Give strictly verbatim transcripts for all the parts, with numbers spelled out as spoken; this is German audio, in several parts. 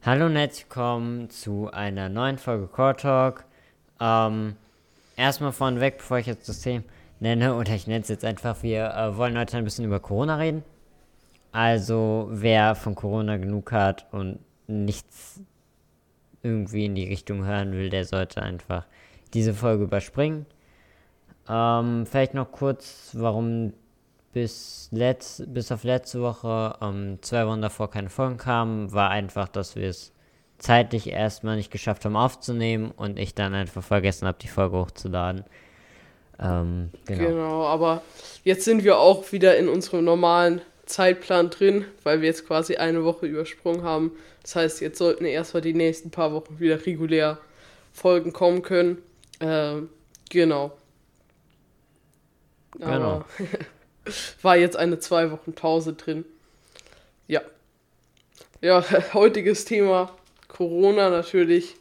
Hallo und herzlich willkommen zu einer neuen Folge Core Talk. Ähm, erstmal vorneweg, bevor ich jetzt das Thema nenne, oder ich nenne es jetzt einfach, wir äh, wollen heute ein bisschen über Corona reden. Also, wer von Corona genug hat und nichts irgendwie in die Richtung hören will, der sollte einfach diese Folge überspringen. Ähm, vielleicht noch kurz, warum bis, letz, bis auf letzte Woche, ähm, zwei Wochen davor keine Folgen kamen, war einfach, dass wir es zeitlich erstmal nicht geschafft haben aufzunehmen und ich dann einfach vergessen habe, die Folge hochzuladen. Ähm, genau. Genau, aber jetzt sind wir auch wieder in unserem normalen Zeitplan drin, weil wir jetzt quasi eine Woche übersprungen haben. Das heißt, jetzt sollten erstmal die nächsten paar Wochen wieder regulär Folgen kommen können. Ähm, genau. Genau. War jetzt eine zwei Wochen Pause drin. Ja. Ja, heutiges Thema Corona natürlich.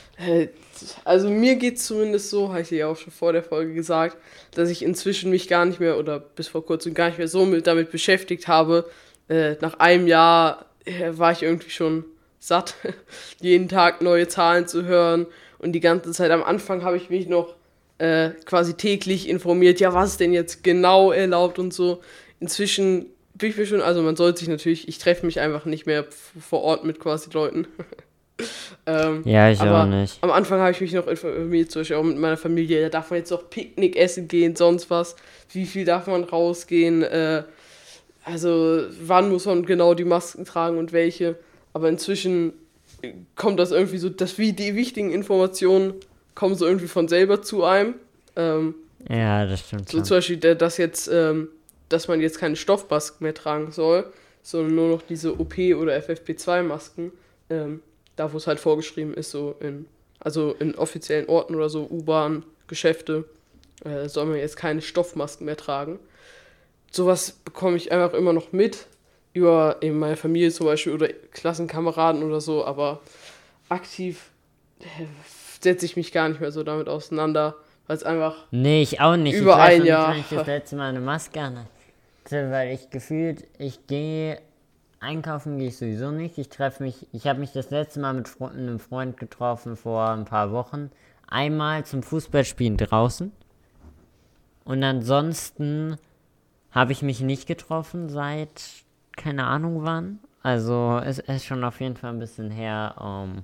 Also mir geht es zumindest so, habe ich dir ja auch schon vor der Folge gesagt, dass ich inzwischen mich gar nicht mehr oder bis vor kurzem gar nicht mehr so mit, damit beschäftigt habe. Äh, nach einem Jahr äh, war ich irgendwie schon satt, jeden Tag neue Zahlen zu hören und die ganze Zeit am Anfang habe ich mich noch äh, quasi täglich informiert, ja, was ist denn jetzt genau erlaubt und so. Inzwischen bin ich mir schon, also man sollte sich natürlich, ich treffe mich einfach nicht mehr vor Ort mit quasi Leuten. ähm, Ja, ich aber auch nicht. am Anfang habe ich mich noch informiert, zum Beispiel auch mit meiner Familie, da darf man jetzt noch Picknick essen gehen, sonst was, wie viel darf man rausgehen, äh, also wann muss man genau die Masken tragen und welche, aber inzwischen kommt das irgendwie so, dass wie die wichtigen Informationen kommen so irgendwie von selber zu einem. Ähm, Ja, das stimmt so schon. zum Beispiel, dass jetzt, ähm, dass man jetzt keine Stoffmasken mehr tragen soll, sondern nur noch diese O P- oder F F P zwei Masken, ähm, da wo es halt vorgeschrieben ist, so in, also in offiziellen Orten oder so, U-Bahn, Geschäfte, äh, soll man jetzt keine Stoffmasken mehr tragen. Sowas bekomme ich einfach immer noch mit, über eben meine Familie zum Beispiel oder Klassenkameraden oder so, aber aktiv äh, setze ich mich gar nicht mehr so damit auseinander, weil es einfach Nee, ich auch nicht. über ich weiß ein noch nicht, Jahr. wann ich das letzte Mal eine Maske hatte, weil ich gefühlt, ich gehe einkaufen gehe ich sowieso nicht. Ich treffe mich, ich habe mich das letzte Mal mit Fre- einem Freund getroffen vor ein paar Wochen. Einmal zum Fußballspielen draußen. Und ansonsten habe ich mich nicht getroffen seit keine Ahnung wann. Also es ist schon auf jeden Fall ein bisschen her. Ähm,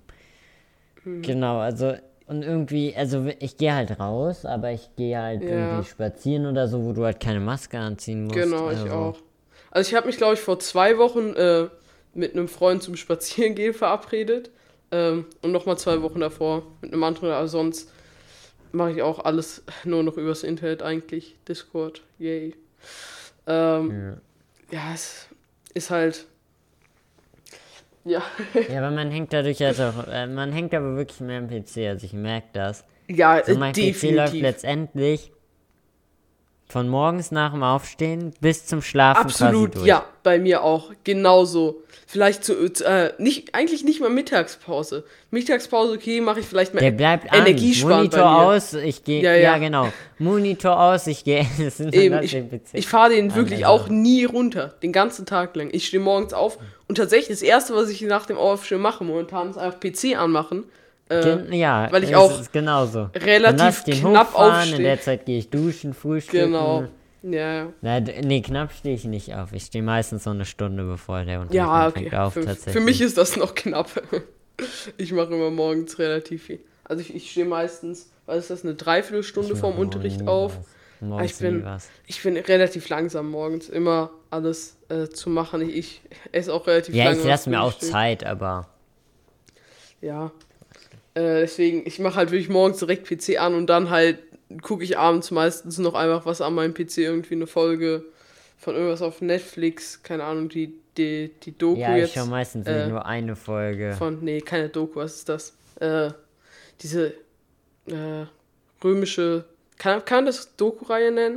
Genau, also und irgendwie, also ich gehe halt raus, aber ich gehe halt irgendwie Ja, spazieren oder so, wo du halt keine Maske anziehen musst. genau, ich Also, auch. Also ich habe mich, glaube ich, vor zwei Wochen äh, mit einem Freund zum Spazierengehen verabredet. Ähm, und nochmal zwei Wochen davor mit einem anderen. Also sonst mache ich auch alles nur noch übers Internet eigentlich. Discord, yay. Ähm, ja. ja, es ist halt, ja. Ja, aber man hängt dadurch halt auch, äh, man hängt aber wirklich mehr am P C, also ich merke das. Ja, So, äh, mein P C läuft definitiv. letztendlich von morgens nach dem Aufstehen bis zum Schlafen quasi Absolut, durch. ja, bei mir auch. Genauso. Vielleicht zu, äh, nicht, eigentlich nicht mal Mittagspause. Mittagspause, okay, mache ich vielleicht mal Der e- bleibt an, Energiesparen bei Monitor mir. aus, ich gehe, Ja, ja ja. genau, Monitor aus, ich gehe, das sind dann Eben, das ich, den P C ich fahre den an, wirklich also, auch nie runter. Den ganzen Tag lang. Ich stehe morgens auf und tatsächlich das Erste, was ich nach dem Aufstehen mache momentan, ist einfach P C anmachen. Äh, gen, ja, weil ich es auch ist genauso. Dann lasse relativ ich den knapp hochfahren, in aufstehe. der Zeit gehe ich duschen, Genau. frühstücken. Ja, ja. Na, d- nee, knapp stehe ich nicht auf. Ich stehe meistens so eine Stunde, bevor der Unterricht Ja, okay. anfängt auf, Für, für tatsächlich. mich ist das noch knapp. Ich mache immer morgens relativ viel. Also ich, ich stehe meistens, was ist das, eine Dreiviertelstunde Ich vorm mache Unterricht nie auf. was. Aber ich Morgens nie bin, was. ich bin relativ langsam morgens, immer alles äh, zu machen. Ich, ich esse auch relativ Ja, lange ich was lasse mir auch Frühstück. Zeit, aber Ja, äh, deswegen, ich mache halt wirklich morgens direkt P C an und dann halt gucke ich abends meistens noch einfach was an meinem P C, irgendwie eine Folge von irgendwas auf Netflix, keine Ahnung, die, die, die Doku ja, ich schaue jetzt. meistens eh Äh, nur eine Folge. von, nee, keine Doku, was ist das? Äh, diese äh, römische, kann, kann man das Doku-Reihe nennen?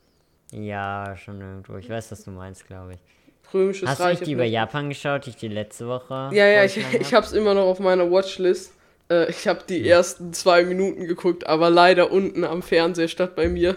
Ja, schon irgendwo. Ich weiß, was du meinst, glaube ich. Römisches Hast du Reich. nicht die über Japan geschaut, die ich die letzte Woche Ja, ja, ich, vorgeschlagen ich habe? hab's immer noch auf meiner Watchlist. Äh, ich habe die ersten zwei Minuten geguckt, aber leider unten am Fernseher statt bei mir.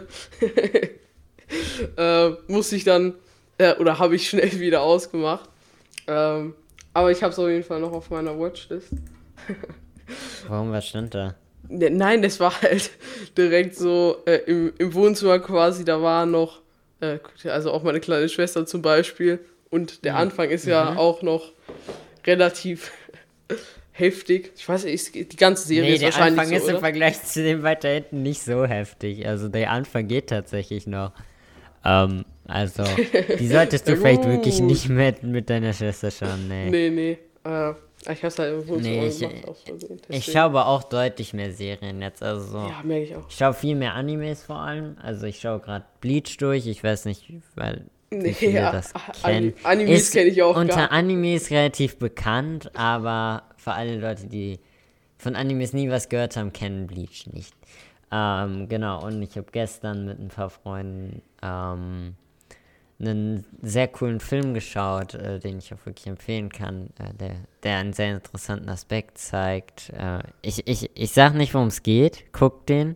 äh, musste ich dann, äh, oder habe ich schnell wieder ausgemacht. Ähm, Aber ich habe es auf jeden Fall noch auf meiner Watchlist. Warum, was stand da? Ne- Nein, das war halt direkt so äh, im, im Wohnzimmer quasi, da war noch, äh, also auch meine kleine Schwester zum Beispiel. Und der Mhm. Anfang ist ja Mhm. auch noch relativ heftig. Ich weiß nicht, die ganze Serie Nee, ist der wahrscheinlich Anfang so, ist im oder? Vergleich zu dem weiter hinten nicht so heftig. Also der Anfang geht tatsächlich noch. Ähm, also, die solltest du Ja, vielleicht wirklich gut. nicht mit, mit deiner Schwester schauen, nee. Nee, nee. Äh, ich hab's halt im Wohnzimmer Nee, ich, gemacht, aus Versehen. ich deswegen. schaue aber auch deutlich mehr Serien jetzt. Also so. Ja, merke ich auch. Ich schaue viel mehr Animes vor allem. Also ich schaue gerade Bleach durch. Ich weiß nicht, weil wie Nee, viele ja, das Ani- kennen. Animes Ist kenn ich auch unter gar nicht. Animes relativ bekannt, aber für alle Leute, die von Animes nie was gehört haben, kennen Bleach nicht. Ähm, genau, und ich habe gestern mit ein paar Freunden ähm, einen sehr coolen Film geschaut, äh, den ich auch wirklich empfehlen kann, äh, der, der einen sehr interessanten Aspekt zeigt. Äh, ich, ich, ich sag nicht, worum es geht, guckt den,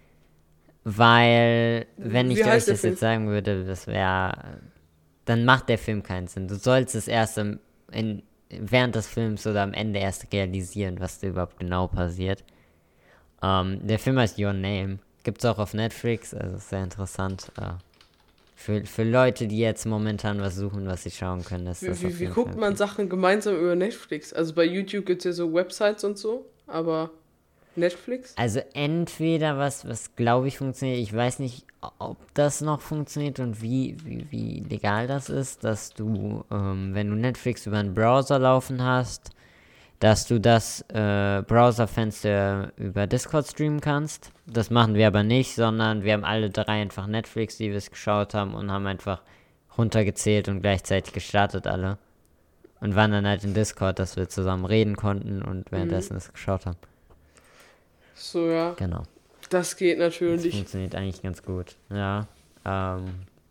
weil, wenn ich Wie euch heißt der das Film? jetzt sagen würde, das wäre, dann macht der Film keinen Sinn. Du sollst es erst im, in, während des Films oder am Ende erst realisieren, was da überhaupt genau passiert. Ähm, der Film heißt Your Name, gibt's auch auf Netflix, also ist sehr interessant. Äh, für, für Leute, die jetzt momentan was suchen, was sie schauen können, ist das Wie, auf wie, wie jeden guckt Fall. man Sachen gemeinsam über Netflix? Also bei YouTube gibt es ja so Websites und so, aber Netflix? Also entweder was, was glaube ich funktioniert, ich weiß nicht, ob das noch funktioniert und wie, wie, wie legal das ist, dass du, ähm, wenn du Netflix über einen Browser laufen hast, dass du das äh, Browserfenster über Discord streamen kannst. Das machen wir aber nicht, sondern wir haben alle drei einfach Netflix, die wir es geschaut haben und haben einfach runtergezählt und gleichzeitig gestartet alle. Und waren dann halt in Discord, dass wir zusammen reden konnten und währenddessen es geschaut haben. So, ja. Genau. Das geht Das natürlich. funktioniert eigentlich ganz gut. Ja. Ähm,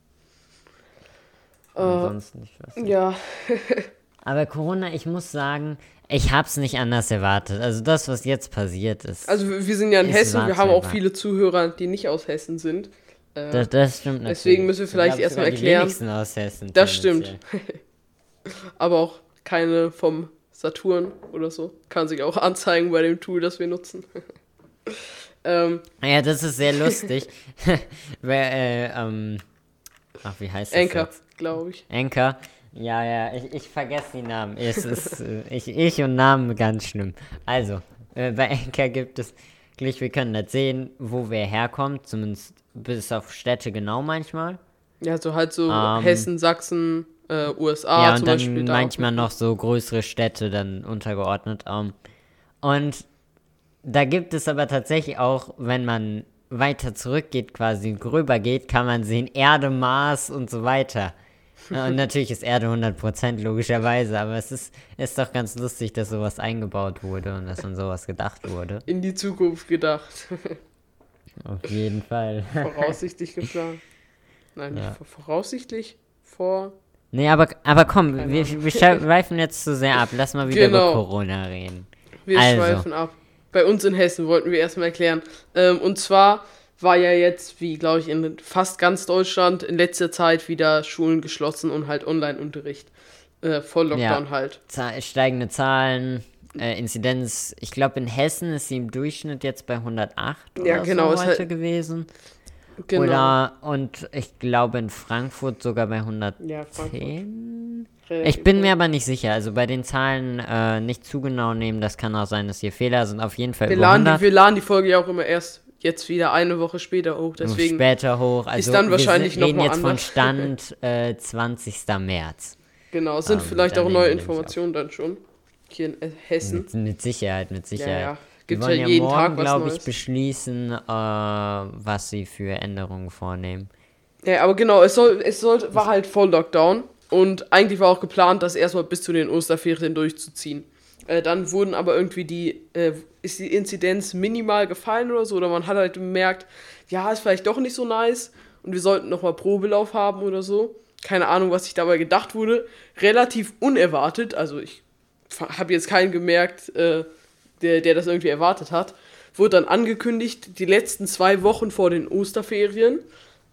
Äh, ansonsten, ich weiß nicht. ja, Aber Corona, ich muss sagen, ich hab's nicht anders erwartet. Also das, was jetzt passiert ist. also wir wir sind ja in Es Hessen, war wir haben zu auch erwarten. viele Zuhörer, die nicht aus Hessen sind. Äh, das, das stimmt natürlich. deswegen müssen wir vielleicht Ich glaub, erstmal sogar erklären- Die wenigsten aus Hessen. Das stimmt. tendenziell. aber auch keine vom Saturn oder so. Kann sich auch anzeigen bei dem Tool, das wir nutzen. ähm, Ja, das ist sehr lustig. Wer, äh, ähm, ach, wie heißt das Anchor, jetzt? glaube ich. Anchor. Ja, ja, ich, ich vergesse die Namen. Es ist, äh, ich, ich und Namen ganz schlimm. Also, äh, bei Anchor gibt es, gleich, wir können das sehen, wo wer herkommt, zumindest bis auf Städte genau manchmal. Ja, so halt so Ähm, Hessen, Sachsen, äh, U S A ja, zum und dann Beispiel. da manchmal auch. noch so größere Städte dann untergeordnet. Ähm, und da gibt es aber tatsächlich auch, wenn man weiter zurückgeht, quasi gröber geht, kann man sehen Erde, Mars und so weiter. Ja, und natürlich ist Erde hundert Prozent logischerweise, aber es ist, ist doch ganz lustig, dass sowas eingebaut wurde und dass an sowas gedacht wurde. In die Zukunft gedacht. Auf jeden Fall. Voraussichtlich geplant. Nein, Ja. nicht vor- voraussichtlich vor. Nee, aber, aber komm, Keine wir, Ahnung. wir schweifen jetzt zu sehr ab. Lass mal wieder Genau. über Corona reden. Wir Also. schweifen ab. Bei uns in Hessen wollten wir erstmal erklären. Ähm, und zwar war ja jetzt, wie glaube ich, in fast ganz Deutschland in letzter Zeit wieder Schulen geschlossen und halt Online-Unterricht. Äh, voll Lockdown Ja. halt. Zahl- steigende Zahlen, äh, Inzidenz. Ich glaube, in Hessen ist sie im Durchschnitt jetzt bei hundertacht Ja, oder genau, so ist heute halt- gewesen. Genau. Oder, und ich glaube in Frankfurt sogar bei hundertzehn. Ja, Frankfurt. Ich Relativ bin hoch. mir aber nicht sicher. Also bei den Zahlen äh, nicht zu genau nehmen. Das kann auch sein, dass hier Fehler sind. Auf jeden Fall Wir über laden, die, hundert. wir laden die Folge ja auch immer erst jetzt wieder eine Woche später hoch. Deswegen Später hoch. Also dann wahrscheinlich wir noch reden mal jetzt von anders. Stand äh, zwanzigsten März. genau, sind Ähm, vielleicht dann auch nehmen neue wir nämlich Informationen dann schon. Hier in äh, Hessen. Mit, mit Sicherheit, mit Sicherheit. ja. Die Gibt's wollen ja ja jeden morgen, Tag was glaube ich, Neues. beschließen, äh, was sie für Änderungen vornehmen. Ja, aber genau, es soll, es soll, war halt voll Lockdown und eigentlich war auch geplant, das erstmal bis zu den Osterferien durchzuziehen. Äh, dann wurden aber irgendwie die, äh, ist die Inzidenz minimal gefallen oder so, oder man hat halt gemerkt, ja, ist vielleicht doch nicht so nice und wir sollten nochmal Probelauf haben oder so. Keine Ahnung, was sich dabei gedacht wurde. Relativ unerwartet, also ich habe jetzt keinen gemerkt, äh, der, der das irgendwie erwartet hat. Wurde dann angekündigt, die letzten zwei Wochen vor den Osterferien.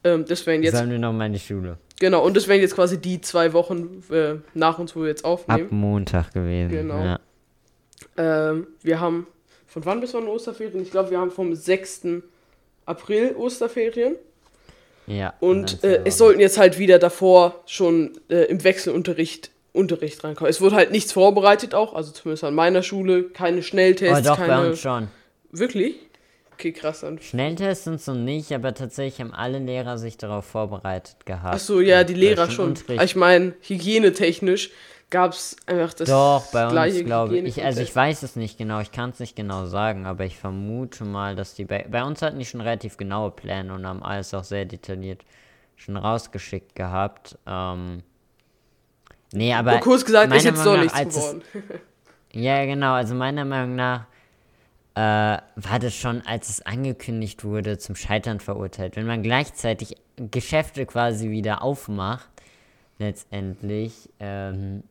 Ähm, das wären jetzt... Sollen wir noch mal in die Schule? Genau, und das wären jetzt quasi die zwei Wochen äh, nach uns, wo wir jetzt aufnehmen. Ab Montag gewesen. Genau. Ja. Ähm, wir haben, von wann bis wann Osterferien? Ich glaube, wir haben vom sechsten April Osterferien. Ja. Und äh, es sollten jetzt halt wieder davor schon äh, im Wechselunterricht Unterricht reinkommen. Es wurde halt nichts vorbereitet auch, also zumindest an meiner Schule, keine Schnelltests, oh, doch, keine... bei uns schon. Wirklich? Okay, krass. Dann. Schnelltests sind so nicht, aber tatsächlich haben alle Lehrer sich darauf vorbereitet gehabt. Ach so, ja, die Lehrer schon. schon. Unterricht. Ich meine, hygienetechnisch gab es einfach das Doch, bei gleiche uns glaube ich. ich. Also ich Hygienekonzept. weiß es nicht genau, ich kann es nicht genau sagen, aber ich vermute mal, dass die bei, bei uns hatten die schon relativ genaue Pläne und haben alles auch sehr detailliert schon rausgeschickt gehabt. Ähm, nee, aber Und kurz gesagt, ist meiner jetzt doch Meinung nichts nach, als es- geworden. Ja, genau, also meiner Meinung nach äh, war das schon, als es angekündigt wurde, zum Scheitern verurteilt. Wenn man gleichzeitig Geschäfte quasi wieder aufmacht, letztendlich, ähm,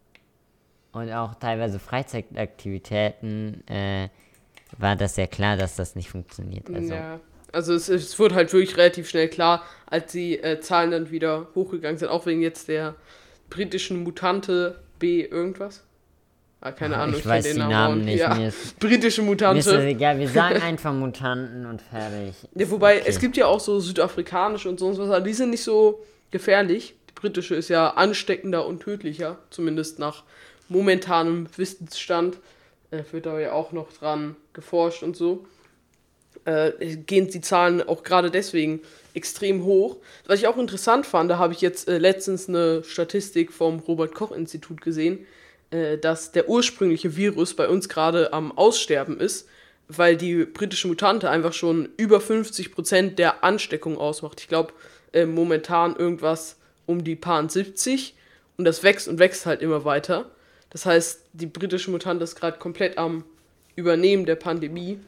und auch teilweise Freizeitaktivitäten, äh, war das ja klar, dass das nicht funktioniert. Also, Ja, also es, es wurde halt wirklich relativ schnell klar, als die äh, Zahlen dann wieder hochgegangen sind, auch wegen jetzt der britischen Mutante B irgendwas. Ah, keine Ahnung, ich kenn weiß den die Namen auch nicht. Ja, Mir ist, britische mir ist das Mutante. egal, wir sagen einfach Mutanten und fertig. Ja, wobei, Okay. es gibt ja auch so südafrikanische und sonst was, aber die sind nicht so gefährlich. Die britische ist ja ansteckender und tödlicher, zumindest nach momentanem Wissensstand. Äh, wird da ja auch noch dran geforscht und so. Äh, gehen die Zahlen auch gerade deswegen extrem hoch. Was ich auch interessant fand, da habe ich jetzt äh, letztens eine Statistik vom Robert-Koch-Institut gesehen, äh, dass der ursprüngliche Virus bei uns gerade am Aussterben ist, weil die britische Mutante einfach schon über fünfzig Prozent der Ansteckung ausmacht. Ich glaube, äh, momentan irgendwas um die paar siebzig und das wächst und wächst halt immer weiter. Das heißt, die britische Mutante ist gerade komplett am Übernehmen der Pandemie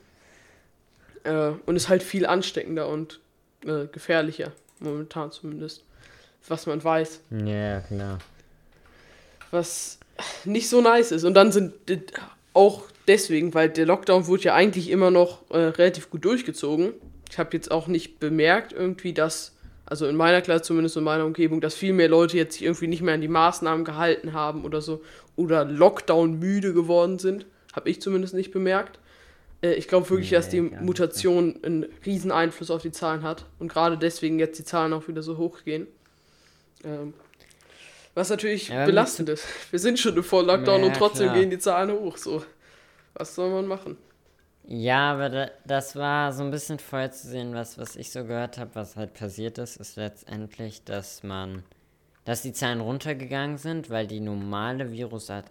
äh, und ist halt viel ansteckender und äh, gefährlicher, momentan zumindest, was man weiß. Ja, klar. Was nicht so nice ist. Und dann sind äh, auch deswegen, weil der Lockdown wurde ja eigentlich immer noch äh, relativ gut durchgezogen. Ich habe jetzt auch nicht bemerkt irgendwie, dass, also in meiner Klasse, zumindest in meiner Umgebung, dass viel mehr Leute jetzt sich irgendwie nicht mehr an die Maßnahmen gehalten haben oder so oder Lockdown müde geworden sind. Habe ich zumindest nicht bemerkt. Äh, ich glaube wirklich, Nee, dass die gar nicht. Mutation einen riesen Einfluss auf die Zahlen hat und gerade deswegen jetzt die Zahlen auch wieder so hoch gehen. Ähm, was natürlich Ja, aber belastend ist. Wir sind schon vor Lockdown Ja, und trotzdem klar. gehen die Zahlen hoch. So, was soll man machen? Ja, aber da, das war so ein bisschen vorherzusehen, was, was ich so gehört habe, was halt passiert ist, ist letztendlich, dass man, dass die Zahlen runtergegangen sind, weil die normale Virusart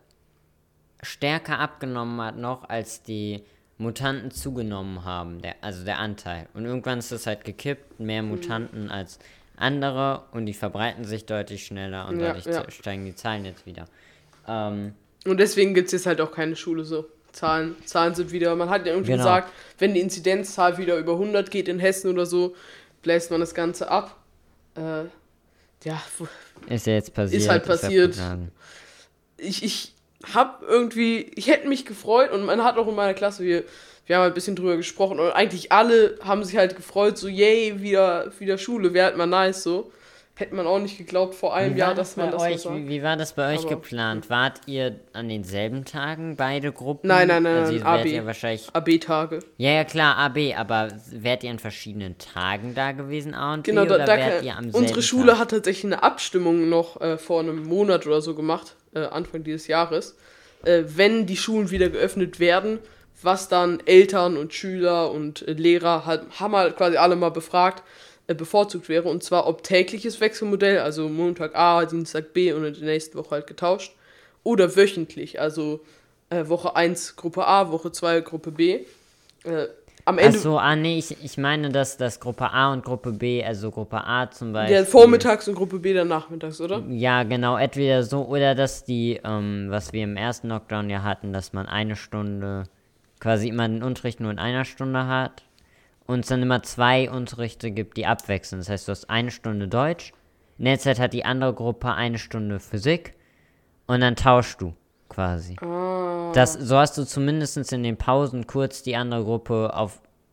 stärker abgenommen hat noch, als die Mutanten zugenommen haben, der, also der Anteil. Und irgendwann ist es halt gekippt, mehr Mutanten als andere und die verbreiten sich deutlich schneller und Ja, dadurch ja. ze- steigen die Zahlen jetzt wieder. Ähm, Und deswegen gibt es jetzt halt auch keine Schule so. Zahlen, Zahlen sind wieder, man hat ja irgendwie Genau. gesagt, wenn die Inzidenzzahl wieder über hundert geht in Hessen oder so, bläst man das Ganze ab. Äh, ja, ist ja jetzt passiert. Ist halt passiert. abgegangen. ich, ich hab irgendwie, ich hätte mich gefreut und man hat auch in meiner Klasse, wir, wir haben halt ein bisschen drüber gesprochen und eigentlich alle haben sich halt gefreut, so yay, wieder, wieder Schule, wäre halt mal nice, so. Hätte man auch nicht geglaubt vor einem Wie Jahr, war dass man bei das euch, so sagt. wie, wie war das bei euch Aber- geplant? Wart ihr an denselben Tagen beide Gruppen? Nein, nein, nein, also nein, ihr A wärt B. ja wahrscheinlich. A B-Tage. Ja, ja klar, A B, aber wärt ihr an verschiedenen Tagen da gewesen, A und Genau, B, da, oder da wärt kann, ihr am unsere selben Schule Tag? hat tatsächlich eine Abstimmung noch äh, vor einem Monat oder so gemacht, äh, Anfang dieses Jahres, äh, wenn die Schulen wieder geöffnet werden, was dann Eltern und Schüler und äh, Lehrer halt, haben halt quasi alle mal befragt, äh, bevorzugt wäre, und zwar ob tägliches Wechselmodell, also Montag A, Dienstag B und in der nächsten Woche halt getauscht, oder wöchentlich, also äh, Woche eins Gruppe A, Woche zwei Gruppe B. Äh, am Ach Ende so, ah nee, ich, ich meine, dass, dass Gruppe A und Gruppe B, also Gruppe A zum Beispiel. der vormittags und Gruppe B dann nachmittags, oder? Ja, genau, entweder so, oder dass die, ähm, was wir im ersten Lockdown ja hatten, dass man eine Stunde, quasi immer den Unterricht nur in einer Stunde hat und es dann immer zwei Unterrichte gibt, die abwechseln. Das heißt, du hast eine Stunde Deutsch, in der Zeit hat die andere Gruppe eine Stunde Physik und dann tauschst du quasi. Ah. Das, so hast du zumindest in den Pausen kurz die andere Gruppe auf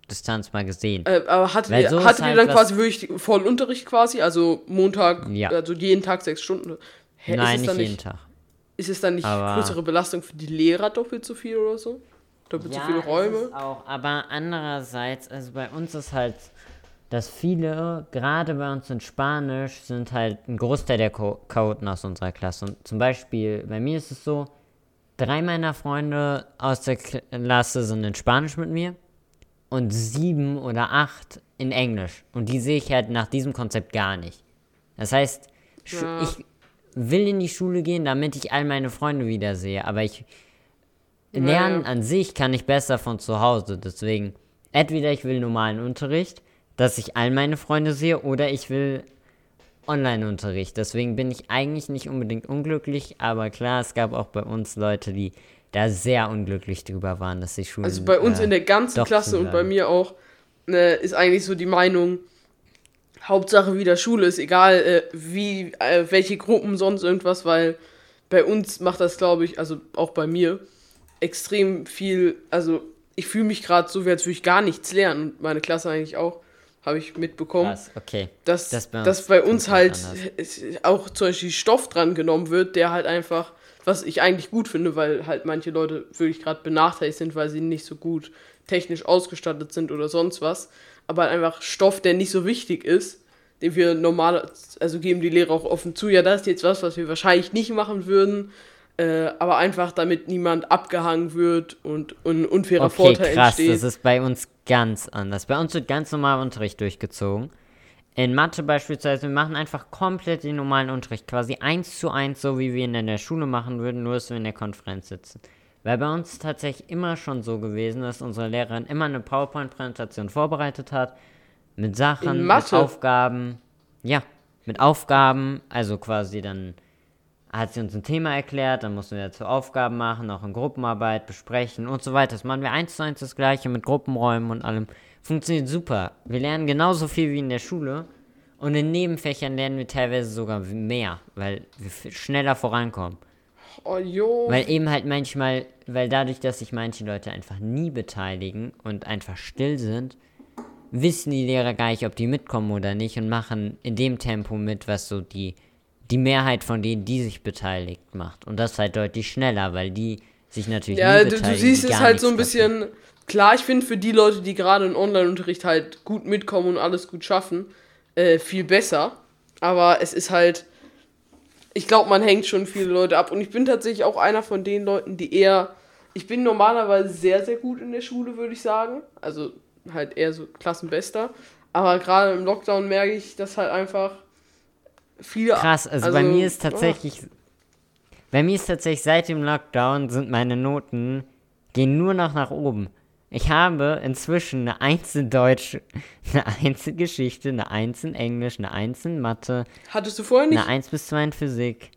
Distanz mal gesehen. Äh, aber hattet Weil ihr, so ist hattet ihr halt dann was- quasi wirklich vollen Unterricht quasi? Also Montag, Ja. also jeden Tag sechs Stunden? Hä, Nein, ist es nicht dann jeden nicht, Tag. ist es dann nicht Aber- größere Belastung für die Lehrer doppelt so viel oder so? Doppelt so viele es Räume? ist auch, aber andererseits, also bei uns ist halt, dass viele, gerade bei uns in Spanisch, sind halt ein Großteil der Ko- Chaoten aus unserer Klasse. Und zum Beispiel, bei mir ist es so, drei meiner Freunde aus der Klasse sind in Spanisch mit mir und sieben oder acht in Englisch. Und die sehe ich halt nach diesem Konzept gar nicht. Das heißt, Schu- Ja. ich will in die Schule gehen, damit ich all meine Freunde wiedersehe. Aber ich Lernen Ja. an sich kann ich besser von zu Hause. Deswegen, entweder ich will normalen Unterricht, dass ich all meine Freunde sehe, oder ich will Online-Unterricht. Deswegen bin ich eigentlich nicht unbedingt unglücklich, aber klar, es gab auch bei uns Leute, die da sehr unglücklich drüber waren, dass die Schulen. Also bei uns äh, in der ganzen doch Klasse und bei zusagen. mir auch ne, ist eigentlich so die Meinung, Hauptsache wieder Schule ist egal, äh, wie, äh, welche Gruppen, sonst irgendwas, weil bei uns macht das, glaube ich, also auch bei mir, extrem viel, also ich fühle mich gerade so, wie als würde ich gar nichts lernen und meine Klasse eigentlich auch, habe ich mitbekommen. Krass, okay. dass, Das bei uns dass bei uns komplett halt anders. es, auch zum Beispiel Stoff dran genommen wird, der halt einfach, was ich eigentlich gut finde, weil halt manche Leute wirklich gerade benachteiligt sind, weil sie nicht so gut technisch ausgestattet sind oder sonst was, aber halt einfach Stoff, der nicht so wichtig ist, den wir normal, also geben die Lehrer auch offen zu, ja, das ist jetzt was, was wir wahrscheinlich nicht machen würden, äh, aber einfach damit niemand abgehangen wird und, und ein unfairer Okay, Vorteil krass, entsteht. das ist bei uns ganz anders. Bei uns wird ganz normal Unterricht durchgezogen. In Mathe beispielsweise, wir machen einfach komplett den normalen Unterricht, quasi eins zu eins, so wie wir ihn in der Schule machen würden, nur dass wir in der Konferenz sitzen. Weil bei uns tatsächlich immer schon so gewesen, dass unsere Lehrerin immer eine PowerPoint-Präsentation vorbereitet hat, mit Sachen, In mit Mathe? Aufgaben, ja, mit Aufgaben, also quasi dann hat sie uns ein Thema erklärt, dann mussten wir dazu Aufgaben machen, auch in Gruppenarbeit besprechen und so weiter. Das machen wir eins zu eins das gleiche mit Gruppenräumen und allem. Funktioniert super. Wir lernen genauso viel wie in der Schule und in Nebenfächern lernen wir teilweise sogar mehr, weil wir f- schneller vorankommen. Oh, jo. Weil eben halt manchmal, weil dadurch, dass sich manche Leute einfach nie beteiligen und einfach still sind, wissen die Lehrer gar nicht, ob die mitkommen oder nicht und machen in dem Tempo mit, was so die, die Mehrheit von denen, die sich beteiligt, macht. Und das halt deutlich schneller, weil die sich natürlich Ja, nie du, beteiligen. du siehst die es gar halt so ein nichts dafür. bisschen, klar, ich finde für die Leute, die gerade im Online-Unterricht halt gut mitkommen und alles gut schaffen, äh, viel besser. Aber es ist halt, ich glaube, man hängt schon viele Leute ab. Und ich bin tatsächlich auch einer von den Leuten, die eher, ich bin normalerweise sehr, sehr gut in der Schule, würde ich sagen. Also halt eher so Klassenbester. Aber gerade im Lockdown merke ich, dass halt einfach viele... Krass, also, bei mir ist tatsächlich, bei mir ist tatsächlich seit dem Lockdown sind meine Noten, gehen nur noch nach oben. Ich habe inzwischen eine Eins in Deutsch, eine Eins in Geschichte, eine Eins in Englisch, eine Eins in Mathe, Hattest du vorher nicht? eine Eins bis zwei in Physik.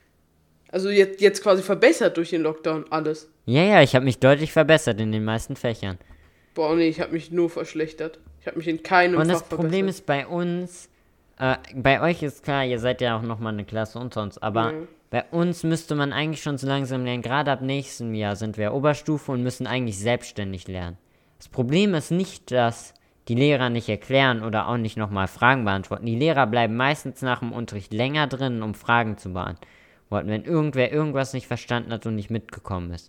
Also jetzt, jetzt quasi verbessert durch den Lockdown alles. Ja, ja, ich habe mich deutlich verbessert in den meisten Fächern. Boah, nee, ich habe mich nur verschlechtert. Ich habe mich in keinem Und Fach das Problem verbessert. ist bei uns, äh, bei euch ist klar, ihr seid ja auch nochmal eine Klasse unter uns, aber Mhm. bei uns müsste man eigentlich schon so langsam lernen. Gerade ab nächstem Jahr sind wir Oberstufe und müssen eigentlich selbstständig lernen. Das Problem ist nicht, dass die Lehrer nicht erklären oder auch nicht nochmal Fragen beantworten. Die Lehrer bleiben meistens nach dem Unterricht länger drin, um Fragen zu beantworten, wenn irgendwer irgendwas nicht verstanden hat und nicht mitgekommen ist.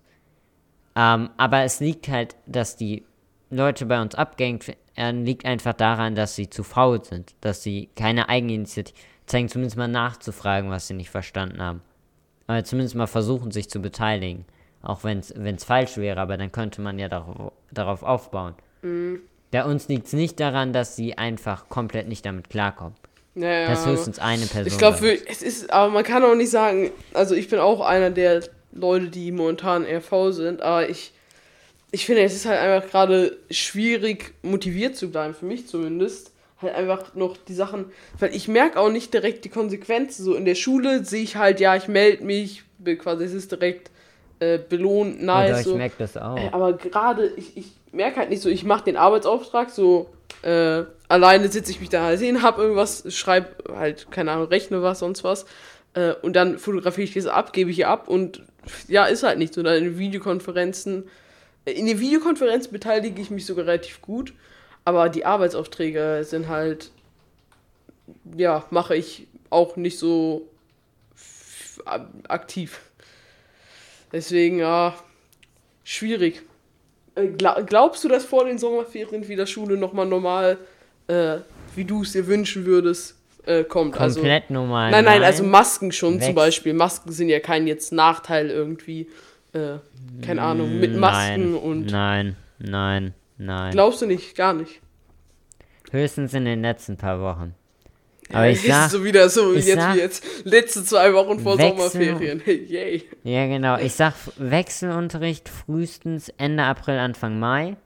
Ähm, aber es liegt halt, dass die Leute bei uns abgehängt werden, liegt einfach daran, dass sie zu faul sind, dass sie keine Eigeninitiative zeigen, zumindest mal nachzufragen, was sie nicht verstanden haben. Oder zumindest mal versuchen, sich zu beteiligen. Auch wenn es falsch wäre, aber dann könnte man ja darauf, darauf aufbauen. Mhm. Bei uns liegt es nicht daran, dass sie einfach komplett nicht damit klarkommen. Ja, ja, Das ist aber höchstens eine Person. ich glaube, bei uns. es ist, aber man kann auch nicht sagen, also ich bin auch einer der Leute, die momentan eher faul sind, aber ich, ich finde, es ist halt einfach gerade schwierig, motiviert zu bleiben, für mich zumindest. Halt einfach noch die Sachen, weil ich merke auch nicht direkt die Konsequenzen. So in der Schule sehe ich halt, ja, ich melde mich, bin quasi, es ist direkt äh, belohnt, nice. Oder ich so. merke das auch. Äh, aber gerade, ich, ich merke halt nicht so, ich mache den Arbeitsauftrag so, äh, alleine sitze ich mich da halt hin, hab irgendwas, schreib halt, keine Ahnung, rechne was, sonst was. Äh, und dann fotografiere ich das ab, gebe ich ihr ab und ja, ist halt nicht so. Dann in Videokonferenzen In den Videokonferenzen beteilige ich mich sogar relativ gut, aber die Arbeitsaufträge sind halt, ja, mache ich auch nicht so f- aktiv. Deswegen, ja, schwierig. Äh, gla- glaubst du, dass vor den Sommerferien wieder Schule nochmal normal, äh, wie du es dir wünschen würdest, äh, kommt? Komplett also, normal. Nein, nein, also Masken schon Wex- zum Beispiel. Masken sind ja kein jetzt Nachteil irgendwie. Äh, keine Ahnung, mit Masken nein, und... Nein, nein, nein. Glaubst du nicht? Gar nicht. Höchstens in den letzten paar Wochen. Aber Ja, ich ist sag, so wieder so ich jetzt sag- wie jetzt. Letzte zwei Wochen vor Wechsel- Sommerferien. Yay. ja genau, ich sag Wechselunterricht frühestens Ende April, Anfang Mai.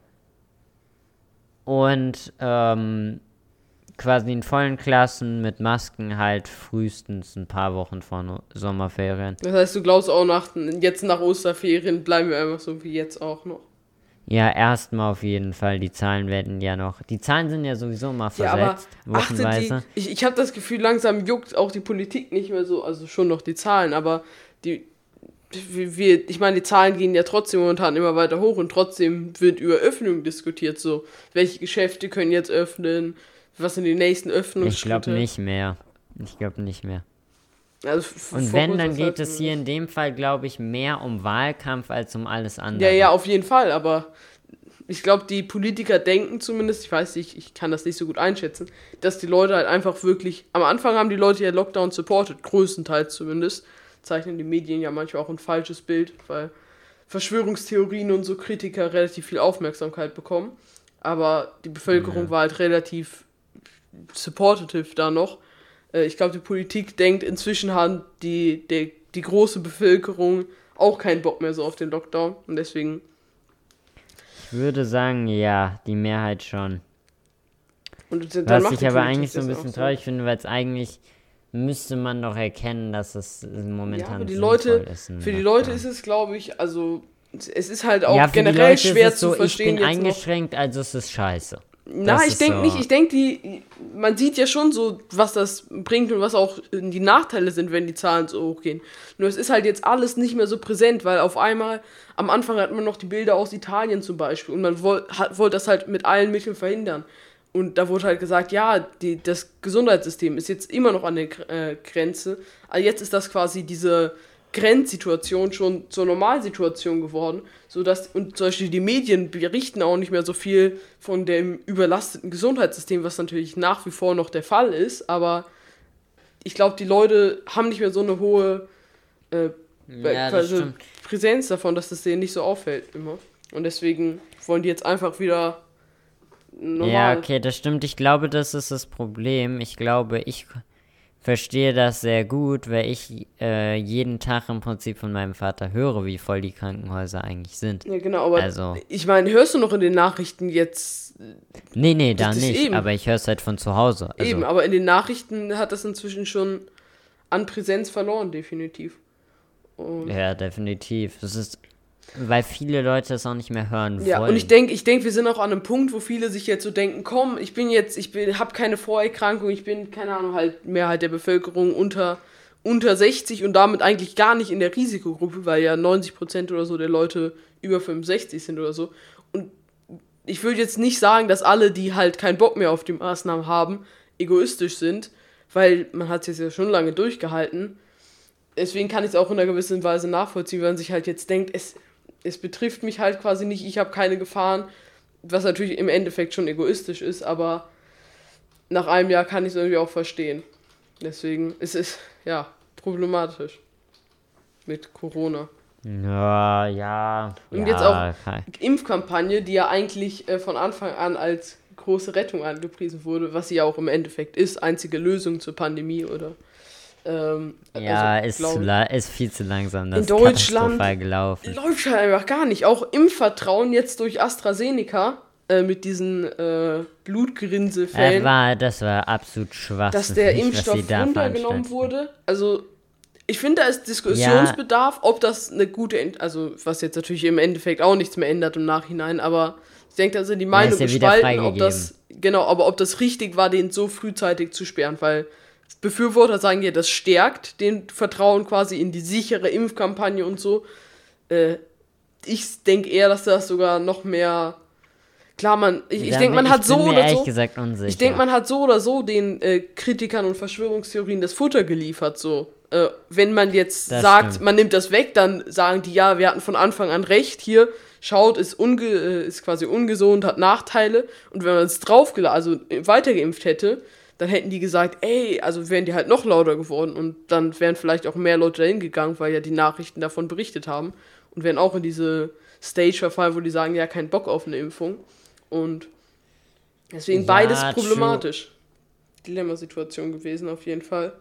Und ähm, quasi in vollen Klassen mit Masken halt frühestens ein paar Wochen vor No- Sommerferien. Das heißt, du glaubst auch nach, jetzt nach Osterferien bleiben wir einfach so wie jetzt auch noch. Ja, erstmal auf jeden Fall. Die Zahlen werden ja noch. Die Zahlen sind ja sowieso mal Ja, aber versetzt, achte die, wochenweise. ich, ich habe das Gefühl, langsam juckt auch die Politik nicht mehr so, also schon noch die Zahlen, aber die, wir, wir- ich meine, die Zahlen gehen ja trotzdem momentan immer weiter hoch und trotzdem wird über Öffnung diskutiert, so, welche Geschäfte können jetzt öffnen, was sind die nächsten Ich Öffnungsschritte. glaube nicht mehr. Ich glaube nicht mehr. Also, f- Und vor wenn, kurzer dann Zeit geht es hier zumindest. in dem Fall, glaube ich, mehr um Wahlkampf als um alles andere. Ja, ja, auf jeden Fall, aber ich glaube, die Politiker denken zumindest, ich weiß nicht, ich kann das nicht so gut einschätzen, dass die Leute halt einfach wirklich, am Anfang haben die Leute ja Lockdown supported, größtenteils zumindest, zeichnen die Medien ja manchmal auch ein falsches Bild, weil Verschwörungstheorien und so Kritiker relativ viel Aufmerksamkeit bekommen, aber die Bevölkerung Ja. war halt relativ supportive da noch. Äh, Ich glaube, die Politik denkt, inzwischen hat die, die, die große Bevölkerung auch keinen Bock mehr so auf den Lockdown und deswegen Ich würde sagen, ja, die Mehrheit schon. Und dann Was macht ich die aber Politik eigentlich so ein das bisschen auch so. traurig finde, weil es eigentlich müsste man doch erkennen, dass es momentan Ja, aber die sinnvoll Leute, ist. ein für die Leute Lockdown. ist es, glaube ich, also es ist halt auch ja, für die generell Leute schwer ist es zu so, verstehen ich bin jetzt noch. eingeschränkt, also es ist scheiße. Na, Das ich ist denke so. nicht, ich denke, die, man sieht ja schon so, was das bringt und was auch die Nachteile sind, wenn die Zahlen so hochgehen. Nur es ist halt jetzt alles nicht mehr so präsent, weil auf einmal, am Anfang hat man noch die Bilder aus Italien zum Beispiel und man woll- hat- wollte das halt mit allen Mitteln verhindern. Und da wurde halt gesagt, ja, die, das Gesundheitssystem ist jetzt immer noch an der Gr- äh, Grenze, aber jetzt ist das quasi diese Grenzsituation schon zur Normalsituation geworden, sodass, und zum Beispiel die Medien berichten auch nicht mehr so viel von dem überlasteten Gesundheitssystem, was natürlich nach wie vor noch der Fall ist, aber ich glaube, die Leute haben nicht mehr so eine hohe äh, Ja, das quasi stimmt. Präsenz davon, dass das denen nicht so auffällt immer. Und deswegen wollen die jetzt einfach wieder normal. Ja, okay, das stimmt. Ich glaube, das ist das Problem. Ich glaube, ich verstehe das sehr gut, weil ich äh, jeden Tag im Prinzip von meinem Vater höre, wie voll die Krankenhäuser eigentlich sind. Ja, genau, aber Also- ich meine, hörst du noch in den Nachrichten jetzt Nee, nee, da Das ist nicht, eben. aber ich höre es halt von zu Hause. Also, eben, aber in den Nachrichten hat das inzwischen schon an Präsenz verloren, definitiv. Und ja, definitiv. Das ist, weil viele Leute es auch nicht mehr hören ja, wollen. und ich denke, ich denk, wir sind auch an einem Punkt, wo viele sich jetzt so denken, komm, ich bin jetzt, ich bin, habe keine Vorerkrankung, ich bin, keine Ahnung, halt Mehrheit der Bevölkerung unter, unter sechzig und damit eigentlich gar nicht in der Risikogruppe, weil ja neunzig Prozent oder so der Leute über fünfundsechzig sind oder so. Und ich würde jetzt nicht sagen, dass alle, die halt keinen Bock mehr auf die Maßnahmen haben, egoistisch sind, weil man hat es jetzt ja schon lange durchgehalten. Deswegen kann ich es auch in einer gewissen Weise nachvollziehen, wenn man sich halt jetzt denkt, es, es betrifft mich halt quasi nicht, ich habe keine Gefahren, was natürlich im Endeffekt schon egoistisch ist, aber nach einem Jahr kann ich es irgendwie auch verstehen. Deswegen ist es, ja, problematisch mit Corona. Ja, ja. Und ja, jetzt auch- kein- Impfkampagne, die ja eigentlich äh, von Anfang an als große Rettung angepriesen wurde, was sie ja auch im Endeffekt ist, einzige Lösung zur Pandemie oder ähm, Ja, also, ist, glaub zu ich. la- ist viel zu langsam. Das In ist Deutschland katastrophal gelaufen. Läuft halt einfach gar nicht. Auch Impfvertrauen jetzt durch AstraZeneca äh, mit diesen äh, Das Blutgerinnselfällen, war, das war absolut schwachsinnig, dass der was Impfstoff sie da runtergenommen veranstalten. wurde. Also ich finde, da ist Diskussionsbedarf, ob das eine gute, Ent also was jetzt natürlich im Endeffekt auch nichts mehr ändert im Nachhinein, aber ich denke, da sind die Meinungen ist ja wieder gespalten, ob freigegeben. das, genau, aber ob das richtig war, den so frühzeitig zu sperren, weil Befürworter sagen ja, das stärkt den Vertrauen quasi in die sichere Impfkampagne und so. Äh, ich denke eher, dass das sogar noch mehr. Klar, man, ich, ich denke, man ich hat so bin mir oder ehrlich so. gesagt unsicher. Ich denke, man hat so oder so den äh, Kritikern und Verschwörungstheorien das Futter geliefert. So, äh, wenn man jetzt Das sagt, stimmt. man nimmt das weg, dann sagen die, ja, wir hatten von Anfang an recht. Hier, schaut, ist unge äh, ist quasi ungesund, hat Nachteile. Und wenn man es draufgeladen, also äh, weitergeimpft hätte, dann hätten die gesagt, ey, also wären die halt noch lauter geworden und dann wären vielleicht auch mehr Leute dahin gegangen, weil ja die Nachrichten davon berichtet haben und wären auch in diese Stage verfallen, wo die sagen, ja, kein Bock auf eine Impfung. Und deswegen Ja, beides true. problematisch. Dilemmasituation gewesen auf jeden Fall.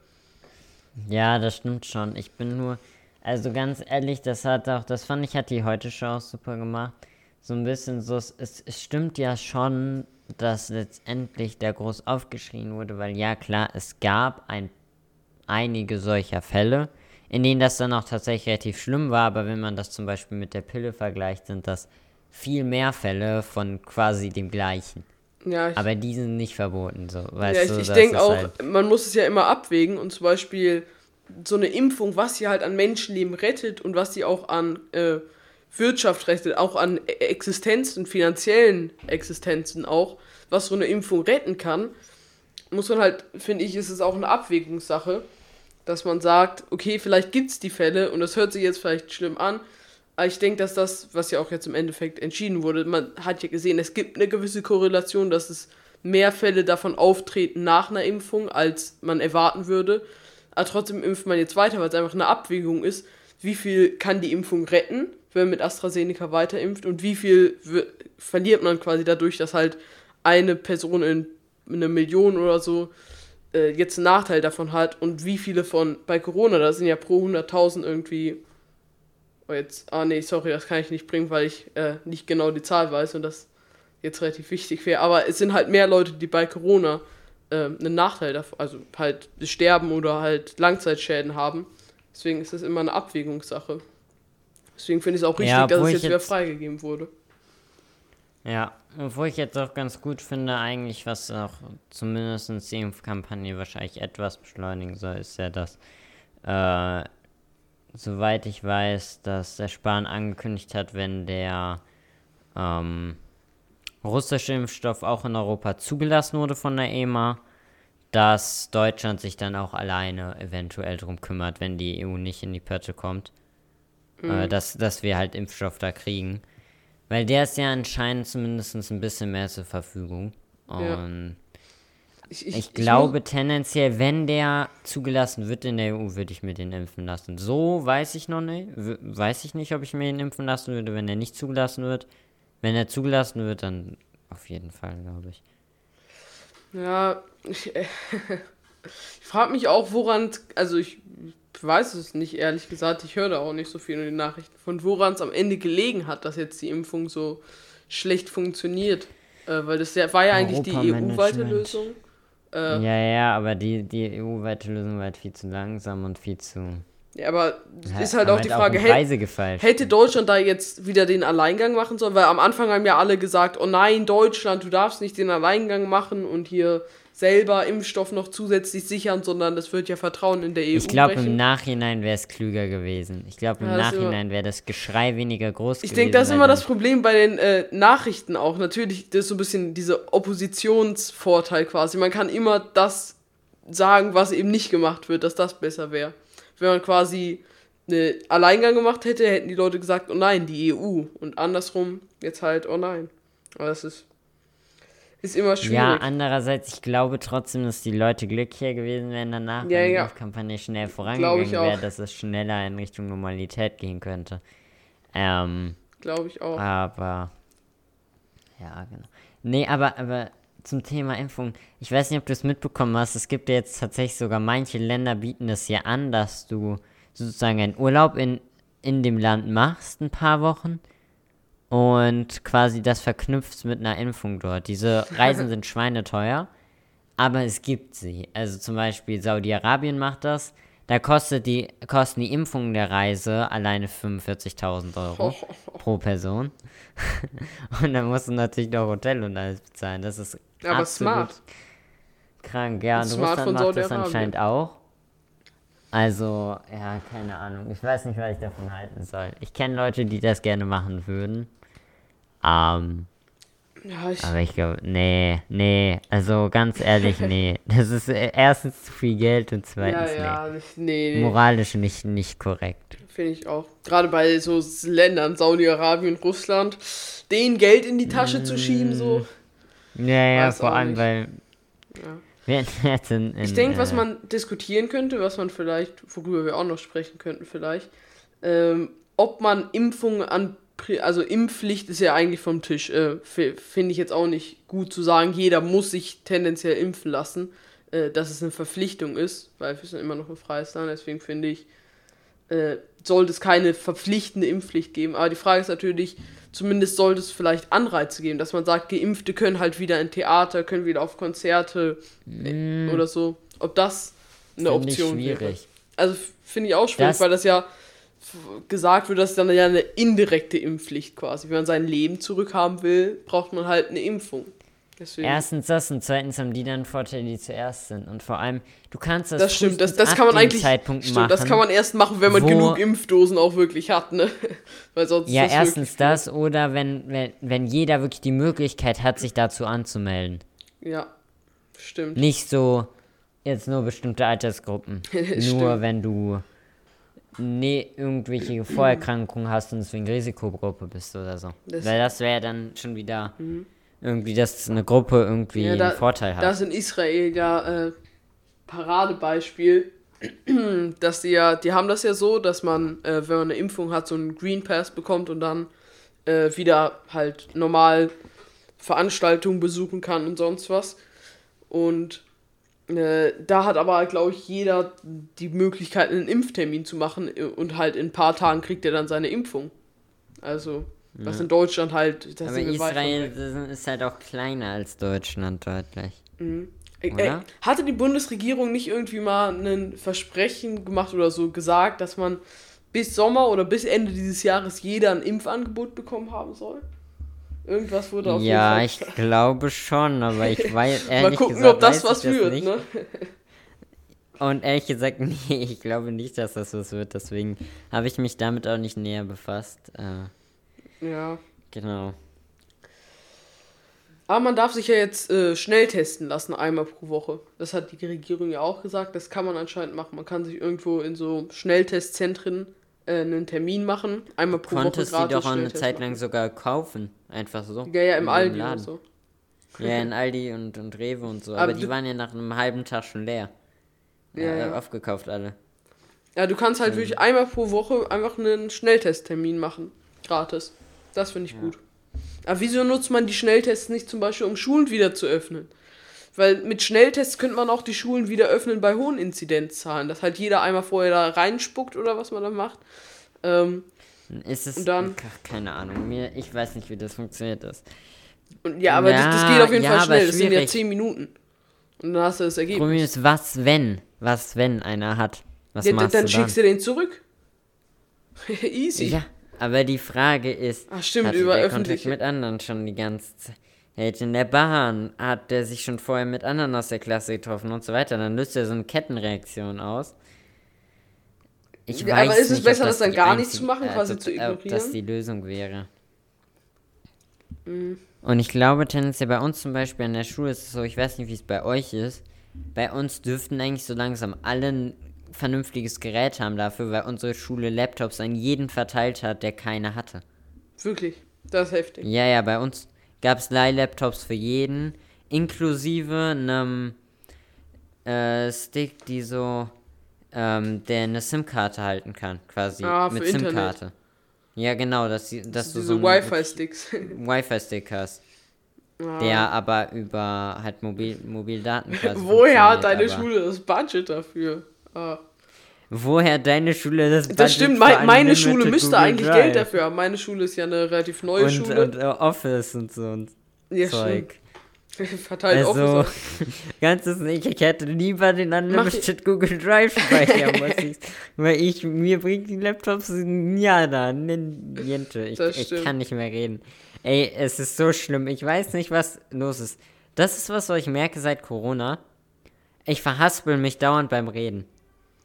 Ja, das stimmt schon. Ich bin nur, also ganz ehrlich, das hat auch, das fand ich, hat die Heute-Show auch super gemacht. So ein bisschen so, es, es stimmt ja schon, dass letztendlich da groß aufgeschrien wurde, weil ja klar, es gab ein, einige solcher Fälle, in denen das dann auch tatsächlich relativ schlimm war, aber wenn man das zum Beispiel mit der Pille vergleicht, sind das viel mehr Fälle von quasi dem gleichen. Ja, ich, Aber die sind nicht verboten, so, weißt ja, ich, du? ich das denke ist auch, halt, man muss es ja immer abwägen und zum Beispiel so eine Impfung, was sie halt an Menschenleben rettet und was sie auch an äh, Wirtschaft rettet, auch an E- Existenzen, finanziellen Existenzen auch, was so eine Impfung retten kann, muss man halt, finde ich, ist es auch eine Abwägungssache, dass man sagt, okay, vielleicht gibt es die Fälle und das hört sich jetzt vielleicht schlimm an, aber ich denke, dass das, was ja auch jetzt im Endeffekt entschieden wurde, man hat ja gesehen, es gibt eine gewisse Korrelation, dass es mehr Fälle davon auftreten nach einer Impfung, als man erwarten würde. Aber trotzdem impft man jetzt weiter, weil es einfach eine Abwägung ist, wie viel kann die Impfung retten, wenn man mit AstraZeneca weiter impft und wie viel w- verliert man quasi dadurch, dass halt eine Person in eine Million oder so äh, jetzt einen Nachteil davon hat und wie viele von, bei Corona, da sind ja pro hunderttausend irgendwie, oh jetzt, ah nee, sorry, das kann ich nicht bringen, weil ich äh, nicht genau die Zahl weiß und das jetzt relativ wichtig wäre, aber es sind halt mehr Leute, die bei Corona äh, einen Nachteil davon, also halt sterben oder halt Langzeitschäden haben. Deswegen ist das immer eine Abwägungssache. Deswegen finde ich es auch richtig, Ja, dass obwohl es ich jetzt wieder jetzt- freigegeben wurde. ja, obwohl ich jetzt auch ganz gut finde, eigentlich, was auch zumindest die Impfkampagne wahrscheinlich etwas beschleunigen soll, ist ja, dass, äh, soweit ich weiß, dass der Spahn angekündigt hat, wenn der, ähm, russische Impfstoff auch in Europa zugelassen wurde von der E M A, dass Deutschland sich dann auch alleine eventuell drum kümmert, wenn die E U nicht in die Pötte kommt, äh, dass, dass wir halt Impfstoff da kriegen. Weil der ist ja anscheinend zumindest ein bisschen mehr zur Verfügung. Ja. Und Ich, ich, glaube tendenziell, wenn der zugelassen wird in der E U, würde ich mir den impfen lassen. So weiß ich noch nicht. W- weiß ich nicht, ob ich mir ihn impfen lassen würde, wenn er nicht zugelassen wird. Wenn er zugelassen wird, dann auf jeden Fall, glaube ich. Ja, ich, äh, ich frage mich auch, woran, also ich weiß es nicht, ehrlich gesagt, ich höre da auch nicht so viel in den Nachrichten, von woran es am Ende gelegen hat, dass jetzt die Impfung so schlecht funktioniert. Äh, weil das ja, war ja eigentlich die E U-weite Europamanagement. Lösung. Äh, Ja, ja, aber die, die E U-weite Lösung war halt viel zu langsam und viel zu... ja, aber Ja, ist halt haben auch die Frage, die hätte Preise gefalscht. hätte Deutschland da jetzt wieder den Alleingang machen sollen? Weil am Anfang haben ja alle gesagt, oh nein, Deutschland, du darfst nicht den Alleingang machen und hier selber Impfstoff noch zusätzlich sichern, sondern das wird ja Vertrauen in der E U Ich glaube, brechen. im Nachhinein wäre es klüger gewesen. Ich glaube, im Ja, das ist Nachhinein wäre das Geschrei weniger groß Ich gewesen. denke, das ist weil immer dann- das Problem bei den äh, Nachrichten auch. Natürlich, das ist so ein bisschen dieser Oppositionsvorteil quasi. Man kann immer das sagen, was eben nicht gemacht wird, dass das besser wäre. Wenn man quasi einen Alleingang gemacht hätte, hätten die Leute gesagt, oh nein, die E U. Und andersrum jetzt halt, oh nein. Aber das ist, ist immer schwierig. Ja, andererseits, ich glaube trotzdem, dass die Leute glücklicher gewesen wären danach, Ja, wenn die ja. Impfkampagne schnell Glaub vorangegangen ich auch. wäre, dass es schneller in Richtung Normalität gehen könnte. Ähm, Glaube ich auch. aber, ja, genau. Nee, aber, aber zum Thema Impfung, ich weiß nicht, ob du es mitbekommen hast, es gibt ja jetzt tatsächlich sogar, manche Länder bieten es ja an, dass du sozusagen einen Urlaub in, in dem Land machst, ein paar Wochen, und quasi das verknüpfst mit einer Impfung dort. Diese Reisen sind schweineteuer, aber es gibt sie. Also zum Beispiel Saudi-Arabien macht das, da kostet die, kosten die Impfungen der Reise alleine fünfundvierzigtausend Euro pro Person. Und dann musst du natürlich noch Hotel und alles bezahlen. Das ist Aber absolut smart. krank. Ja, und Smart Russland von macht das Saudi-Arabien. anscheinend auch. Also, ja, keine Ahnung. Ich weiß nicht, was ich davon halten soll. Ich kenne Leute, die das gerne machen würden. Ähm, Ja, ich, aber ich glaube, nee, nee. Also ganz ehrlich, nee. Das ist äh, erstens zu viel Geld und ja, zweitens, ja, nee. ich- nee, nee, Moralisch nicht, nicht korrekt. finde ich auch. Gerade bei so Ländern, Saudi-Arabien, Russland, denen Geld in die Tasche zu schieben, so, Ja, ja, weiß vor auch allem, nicht. weil Ja. wir hatten jetzt in, in Ich denke, was äh, man diskutieren könnte, was man vielleicht, worüber wir auch noch sprechen könnten vielleicht, ähm, ob man Impfungen an, Pri- also Impfpflicht ist ja eigentlich vom Tisch, äh, fi- finde ich jetzt auch nicht gut zu sagen, jeder muss sich tendenziell impfen lassen, äh, dass es eine Verpflichtung ist, weil wir sind immer noch ein freies Land, deswegen finde ich, äh, sollte es keine verpflichtende Impfpflicht geben, aber die Frage ist natürlich, zumindest sollte es vielleicht Anreize geben, dass man sagt, Geimpfte können halt wieder in Theater, können wieder auf Konzerte äh, oder so. Ob das eine finde ich Option wäre. schwierig. Also f- finde ich auch schwierig, Das- weil das ja f- gesagt wird, dass dann ja eine indirekte Impfpflicht quasi. Wenn man sein Leben zurückhaben will, braucht man halt eine Impfung. Deswegen, Erstens das und zweitens haben die dann einen Vorteil, die zuerst sind. Und vor allem, du kannst das, das stimmt, das, frühestens das kann man ab dem eigentlich, Zeitpunkt stimmt, machen. das kann man erst machen, wenn man wo- genug Impfdosen auch wirklich hat, ne? Weil sonst Ja, ist das erstens wirklich, das oder wenn, wenn, wenn jeder wirklich die Möglichkeit hat, sich dazu anzumelden. Ja, stimmt. Nicht so jetzt nur bestimmte Altersgruppen. nur Stimmt. wenn du nee, irgendwelche Vorerkrankungen hast und deswegen Risikogruppe bist oder so. Das- Weil das wäre dann schon wieder irgendwie, dass eine Gruppe irgendwie Ja, da- einen Vorteil hat. Das in Israel ja äh, Paradebeispiel, dass die ja, die haben das ja so, dass man, äh, wenn man eine Impfung hat, so einen Green Pass bekommt und dann äh, wieder halt normal Veranstaltungen besuchen kann und sonst was. Und äh, da hat aber, glaube ich, jeder die Möglichkeit, einen Impftermin zu machen und halt in ein paar Tagen kriegt er dann seine Impfung. Also, was in Deutschland halt, das Aber sind wir weit von Israel weg. das ist halt auch kleiner als Deutschland deutlich. Äh, äh, Oder? hatte die Bundesregierung nicht irgendwie mal ein Versprechen gemacht oder so gesagt, dass man bis Sommer oder bis Ende dieses Jahres jeder ein Impfangebot bekommen haben soll? Irgendwas wurde auf Ja, jeden ich Fall. glaube schon, aber ich weiß ehrlich Mal gucken, gesagt, ob das weiß was ich das wird, nicht. ne? Und ehrlich gesagt, nee, ich glaube nicht, dass das was wird. Deswegen habe ich mich damit auch nicht näher befasst. Äh, Ja. genau. Aber man darf sich ja jetzt äh, schnell testen lassen, einmal pro Woche. Das hat die Regierung ja auch gesagt. Das kann man anscheinend machen. Man kann sich irgendwo in so Schnelltestzentren äh, einen Termin machen. Einmal pro Konntest Woche du gratis doch auch eine Schnelltest Zeit lang machen. sogar kaufen. Einfach so. Ja, ja, im In Aldi jedem und Laden. so. Ja, in Aldi und, und Rewe und so. Aber Aber die du- waren ja nach einem halben Tag schon leer. Ja, Ja, ja. aufgekauft alle. Ja, du kannst halt wirklich einmal pro Woche einfach einen Schnelltesttermin machen. Gratis. Das finde ich gut. Aber wieso nutzt man die Schnelltests nicht zum Beispiel, um Schulen wieder zu öffnen? Weil mit Schnelltests könnte man auch die Schulen wieder öffnen bei hohen Inzidenzzahlen. Dass halt jeder einmal vorher da reinspuckt oder was man da macht. Ähm, Ist es. Und dann- Ach, keine Ahnung. Mir, ich weiß nicht, wie das funktioniert ist. und ja, aber Ja, das, das geht auf jeden ja, Fall aber schnell. Das sind ja schwierig. zehn Minuten. Und dann hast du das Ergebnis. Problem ist, was wenn? Was wenn einer hat? Was Ja, dann machst dann du dann? schickst du den zurück. Easy. Ja, aber die Frage ist, Ach, stimmt, hatte über der öffentliche- Kontakt mit anderen schon die ganze Zeit? Hält in der Bahn, hat der sich schon vorher mit anderen aus der Klasse getroffen und so weiter, dann löst er so eine Kettenreaktion aus. Ich Ja, weiß aber ist es nicht, ob besser, das das dann die gar nichts einzige- zu machen, äh, quasi ob- zu Ob das ignorieren? die Lösung wäre. Mhm. Und ich glaube tendenziell bei uns zum Beispiel an der Schule ist es so, ich weiß nicht, wie es bei euch ist, bei uns dürften eigentlich so langsam alle ein vernünftiges Gerät haben dafür, weil unsere Schule Laptops an jeden verteilt hat, der keine hatte. Wirklich. Das ist heftig. Ja, ja, bei uns gab es Leih-Laptops für jeden, inklusive einem äh, Stick, die so, ähm, der eine SIM-Karte halten kann, quasi, Ah, für mit Internet. SIM-Karte. Ja, genau, dass, die- dass du Diese so einen Wi-Fi-Sticks. Wi-Fi-Stick hast, Ah. der aber über halt Mobil Mobildaten quasi Woher hat deine funktioniert, Schule das Budget dafür? Ah. aber Woher deine Schule das Das Budget stimmt, für mein, meine Unlimited Schule müsste Google eigentlich Drive Geld dafür haben. Meine Schule ist ja eine relativ neue und, Schule. und äh, Office und so und ja, Zeug. stimmt. Verteilt Also, Office. ganz nicht, ich hätte lieber den Unlimited Google Drive speichern, muss ich, weil ich, mir bringt die Laptops ja da, niente, ich, Das ich stimmt. kann nicht mehr reden. Ey, es ist so schlimm, ich weiß nicht, was los ist. Das ist was, was ich merke seit Corona. Ich verhaspel mich dauernd beim Reden.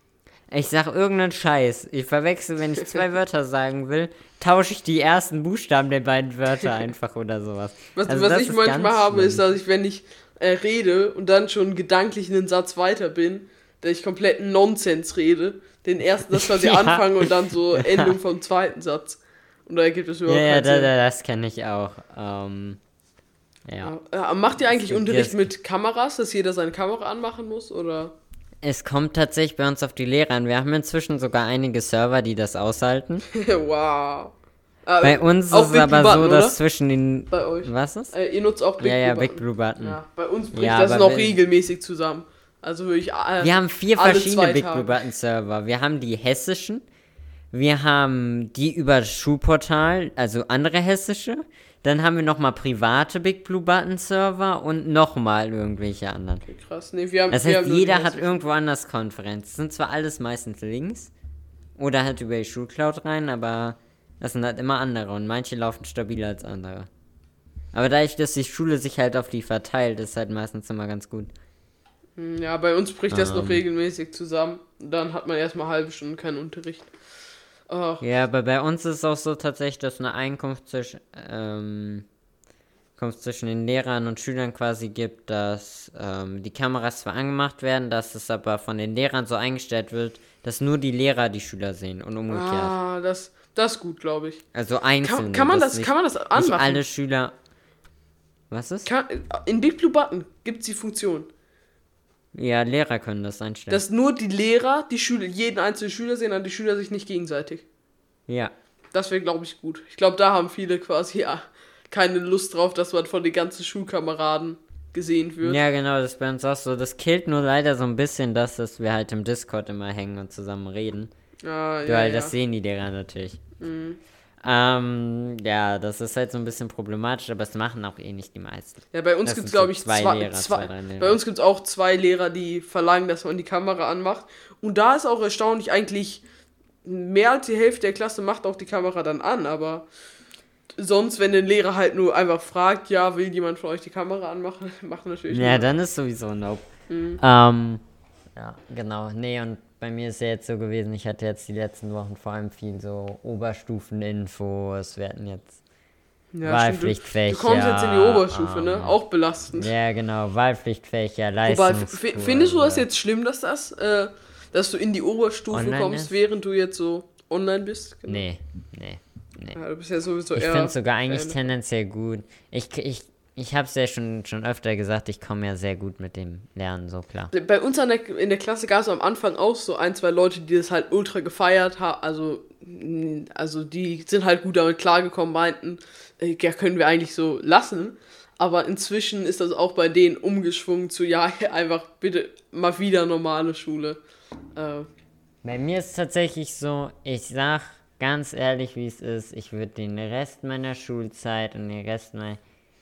Ich sag irgendeinen Scheiß. Ich verwechsel, wenn ich zwei Wörter sagen will, tausche ich die ersten Buchstaben der beiden Wörter einfach oder sowas. Was, also was ich manchmal habe, ist, dass ich, wenn ich äh, rede und dann schon gedanklich einen Satz weiter bin, dass ich kompletten Nonsens rede, den ersten Satz quasi ja. anfange und dann so Endung vom zweiten Satz. Und da ergibt es überhaupt ja, ja, keinen da, Sinn. da, das kenne ich auch. Ähm, ja. Ja. Macht ihr eigentlich Das- Unterricht das- mit Kameras, dass jeder seine Kamera anmachen muss, oder? Es kommt tatsächlich bei uns auf die Lehrer an. Wir haben inzwischen sogar einige Server, die das aushalten. Wow. Äh, Bei uns ist auch es Big aber Blue so, Button, dass oder? zwischen den... Bei euch. Was ist? Äh, ihr nutzt auch Big Ja, ja, Blue Big Button. Blue Button. Ja, bei uns bricht Ja, das aber noch wenn- regelmäßig zusammen. Also wirklich äh, Wir haben vier alle verschiedene zwei Big Tage. Blue Button Server. Wir haben die hessischen, wir haben die über das Schulportal, also andere hessische. Dann haben wir nochmal private Big Blue Button Server und nochmal irgendwelche anderen. Krass. Nee, wir haben, Das wir heißt, haben nur die jeder hat hessischen. irgendwo anders Konferenz. Das sind zwar alles meistens Links oder halt über die Schulcloud rein, aber das sind halt immer andere und manche laufen stabiler als andere. Aber dadurch, dass die Schule sich halt auf die verteilt, ist halt meistens immer ganz gut. Hm, Ja, bei uns bricht das noch Ähm. regelmäßig zusammen. Dann hat man erstmal halbe Stunde keinen Unterricht. Ach, Ja, aber bei uns ist es auch so tatsächlich, dass eine Einkunft zwischen, ähm, Einkunft zwischen den Lehrern und Schülern quasi gibt, dass ähm, die Kameras zwar angemacht werden, dass es aber von den Lehrern so eingestellt wird, dass nur die Lehrer die Schüler sehen und umgekehrt. ah, das, das ist gut, glaube ich. Also einzelne. Kann, kann, man dass das, nicht, kann man das nicht anmachen? alle Schüler... Was ist? Kann, in Big Blue Button gibt es die Funktion, Ja, Lehrer können das einstellen. dass nur die Lehrer die Schüler, jeden einzelnen Schüler sehen, und die Schüler sich nicht gegenseitig. ja. Das wäre, glaube ich, gut. Ich glaube, da haben viele quasi ja keine Lust drauf, dass man von den ganzen Schulkameraden gesehen wird. Ja, genau, das ist bei uns auch so. Das killt nur leider so ein bisschen das, dass wir halt im Discord immer hängen und zusammen reden. Ah, ja, Weil ja. das sehen die Lehrer natürlich. Mhm. Ähm, ja, das ist halt so ein bisschen problematisch, aber es machen auch eh nicht die meisten. Ja, bei uns Das gibt es, sind so glaube ich, zwei zwei, Lehrer, zwei, zwei, drei Lehrer. bei uns gibt es auch zwei Lehrer, die verlangen, dass man die Kamera anmacht. Und da ist auch erstaunlich, eigentlich mehr als die Hälfte der Klasse macht auch die Kamera dann an, aber sonst, wenn der Lehrer halt nur einfach fragt, ja, will jemand von euch die Kamera anmachen, machen natürlich Ja, nur. dann ist sowieso ein Nope. Mhm. Ähm, ja, genau. Nee, und bei mir ist ja jetzt so gewesen, ich hatte jetzt die letzten Wochen vor allem viel so Oberstufeninfos, wir hatten jetzt Ja, Wahlpflichtfächer. stimmt. Du, du kommst jetzt in die Oberstufe, ähm, ne? Auch belastend. Ja, genau, Wahlpflichtfächer, Wobei, f- Leistungskurse. f- findest du das jetzt schlimm, dass das, äh, dass du in die Oberstufe Online kommst, ist? während du jetzt so online bist? Genau. Nee, nee, nee. Ja, du bist ja sowieso Ich eher. finde es sogar eigentlich äh, tendenziell gut. Ich, ich, ich habe es ja schon, schon öfter gesagt, ich komme ja sehr gut mit dem Lernen, so klar. Bei uns an der, in der Klasse gab es am Anfang auch so ein, zwei Leute, die das halt ultra gefeiert haben. Also, mh, also die sind halt gut damit klargekommen, meinten, äh, ja, können wir eigentlich so lassen. Aber inzwischen ist das auch bei denen umgeschwungen zu, ja, einfach bitte mal wieder normale Schule. Äh, Bei mir ist es tatsächlich so, ich sag ganz ehrlich, wie es ist, ich würde den Rest meiner Schulzeit und den Rest meiner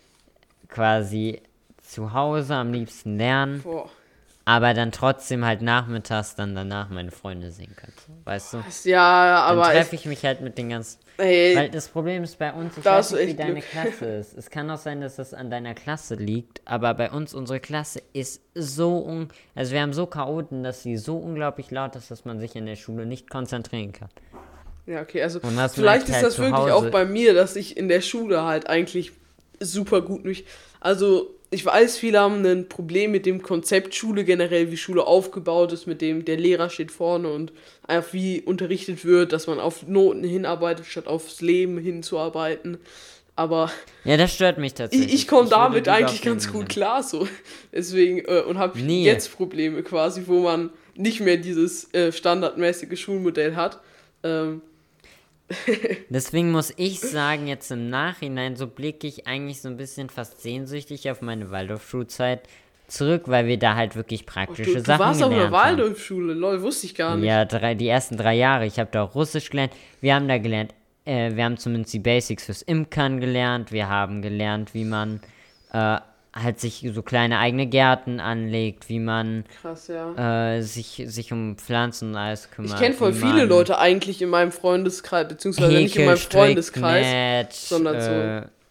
quasi zu Hause am liebsten lernen, boah. aber dann trotzdem halt nachmittags dann danach meine Freunde sehen können. Weißt du? Ja, Dann aber treffe es, ich mich halt mit den ganzen... ey, Weil das Problem ist bei uns, ich Da weiß hast du nicht, wie echt deine Glück. Klasse ist. Es kann auch sein, dass das an deiner Klasse liegt, aber bei uns, unsere Klasse ist so un... Also wir haben so Chaoten, dass sie so unglaublich laut ist, dass man sich in der Schule nicht konzentrieren kann. ja, okay, also Und das vielleicht merkt ist halt das zu wirklich Hause- auch bei mir, dass ich in der Schule halt eigentlich super gut mich. Also, ich weiß, viele haben ein Problem mit dem Konzept Schule generell, wie Schule aufgebaut ist, mit dem der Lehrer steht vorne und einfach wie unterrichtet wird, dass man auf Noten hinarbeitet, statt aufs Leben hinzuarbeiten. Aber Ja, das stört mich tatsächlich. ich, ich komme würde damit lieber eigentlich auf den ganz gut lernen. klar so. Deswegen, äh, und habe Nee. jetzt Probleme quasi, wo man nicht mehr dieses äh, standardmäßige Schulmodell hat. Ähm, Deswegen muss ich sagen, jetzt im Nachhinein, so blicke ich eigentlich so ein bisschen fast sehnsüchtig auf meine Waldorfschulzeit zurück, weil wir da halt wirklich praktische du, du Sachen warst auf einer gelernt haben. Waldorfschule, lol, wusste ich gar nicht. Ja, drei, die ersten drei Jahre. Ich habe da auch Russisch gelernt. Wir haben da gelernt, äh, wir haben zumindest die Basics fürs Imkern gelernt. Wir haben gelernt, wie man äh, halt sich so kleine eigene Gärten anlegt, wie man Krass, ja. äh, sich, sich um Pflanzen und alles kümmert. Ich kenne voll wie viele man Leute eigentlich in meinem Freundeskreis, beziehungsweise nicht in Häkel, meinem Strick, Freundeskreis. Näht, sondern so äh,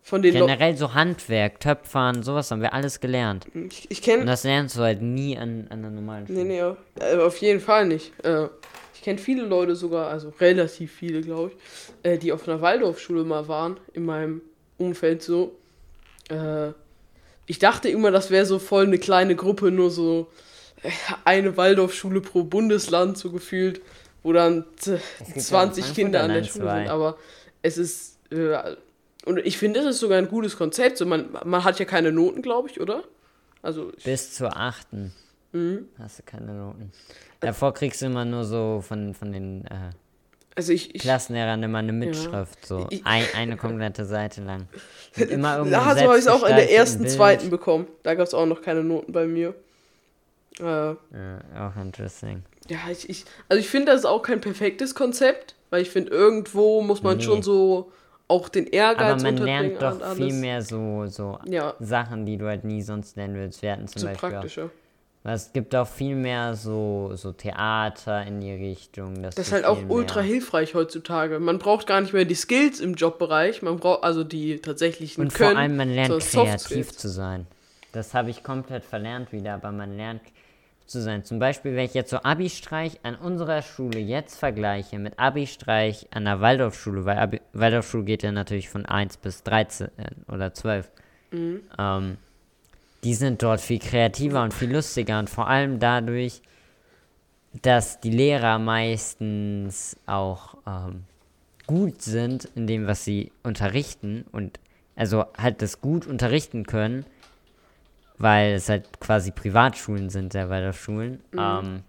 von den Leuten. Generell so Handwerk, Töpfern, sowas haben wir alles gelernt. Ich, ich kenne. Und das lernst du halt nie an, an der normalen Schule. Nee, nee, auf, äh, auf jeden Fall nicht. Äh, ich kenne viele Leute sogar, also relativ viele, glaube ich, äh, die auf einer Waldorfschule mal waren, in meinem Umfeld so. Äh, ich dachte immer, das wäre so voll eine kleine Gruppe, nur so äh, eine Waldorfschule pro Bundesland, so gefühlt, wo dann äh, zwanzig Kinder an der Schule zwei. sind. Aber es ist, äh, und ich finde, das ist sogar ein gutes Konzept. So, man, man hat ja keine Noten, glaube ich, oder? Also ich, Bis zur achten Mhm. hast du keine Noten. Davor kriegst du immer nur so von, von den äh, also ich, ich Klassenlehrern immer eine Mitschrift, so Ich- ein, eine komplette Seite lang. Und immer irgendein Da so habe ich es auch in der selbstgestalteten ersten, Bild. zweiten bekommen. Da gab es auch noch keine Noten bei mir. Äh, Ja, auch interesting. ja, ich, ich, also ich finde, das ist auch kein perfektes Konzept, weil ich finde, irgendwo muss man Nee. schon so auch den Ehrgeiz Aber man unterbringen lernt doch und alles. viel mehr so, so Ja, Sachen, die du halt nie sonst lernen willst. Wir hatten zum so Beispiel auch, praktischer. weil es gibt auch viel mehr so, so Theater in die Richtung. dass Das ist du halt auch viel ultra mehr- hilfreich heutzutage. Man braucht gar nicht mehr die Skills im Jobbereich, man braucht also die tatsächlichen Und Können. vor allem, man lernt so Soft kreativ Skills. zu sein. Das habe ich komplett verlernt wieder, aber man lernt zu sein. Zum Beispiel, wenn ich jetzt so Abi-Streich an unserer Schule jetzt vergleiche mit Abi-Streich an der Waldorfschule, weil Abi Waldorfschule geht ja natürlich von eins bis dreizehn oder zwölf. Mhm. Ähm, die sind dort viel kreativer und viel lustiger und vor allem dadurch, dass die Lehrer meistens auch ähm, gut sind in dem, was sie unterrichten und also halt das gut unterrichten können, weil es halt quasi Privatschulen sind, der Waldorfschulen, Mhm. ähm,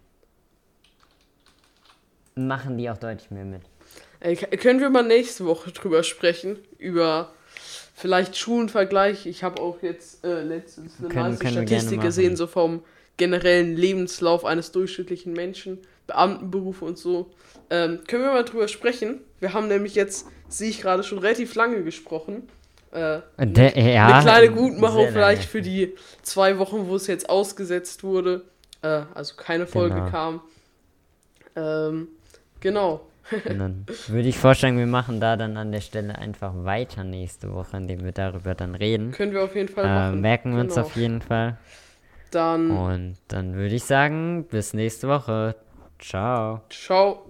machen die auch deutlich mehr mit. Ey, k- können wir mal nächste Woche drüber sprechen? Über vielleicht Schulenvergleich. Ich habe auch jetzt äh, letztens eine Können- nice können wir gerne Statistik machen. gesehen, so vom generellen Lebenslauf eines durchschnittlichen Menschen, Beamtenberufe und so. Ähm, können wir mal drüber sprechen? Wir haben nämlich jetzt, sehe ich gerade, schon relativ lange gesprochen. Äh, Der, ja, eine kleine sehr Gutmachung lange. vielleicht für die zwei Wochen, wo es jetzt ausgesetzt wurde. Äh, also keine Folge Genau. kam. Ähm, genau. Und dann würde ich vorschlagen, wir machen da dann an der Stelle einfach weiter nächste Woche, indem wir darüber dann reden. Können wir auf jeden Fall Äh, machen. merken wir uns Genau. auf jeden Fall. Dann Und dann würde ich sagen, bis nächste Woche. Ciao. ciao.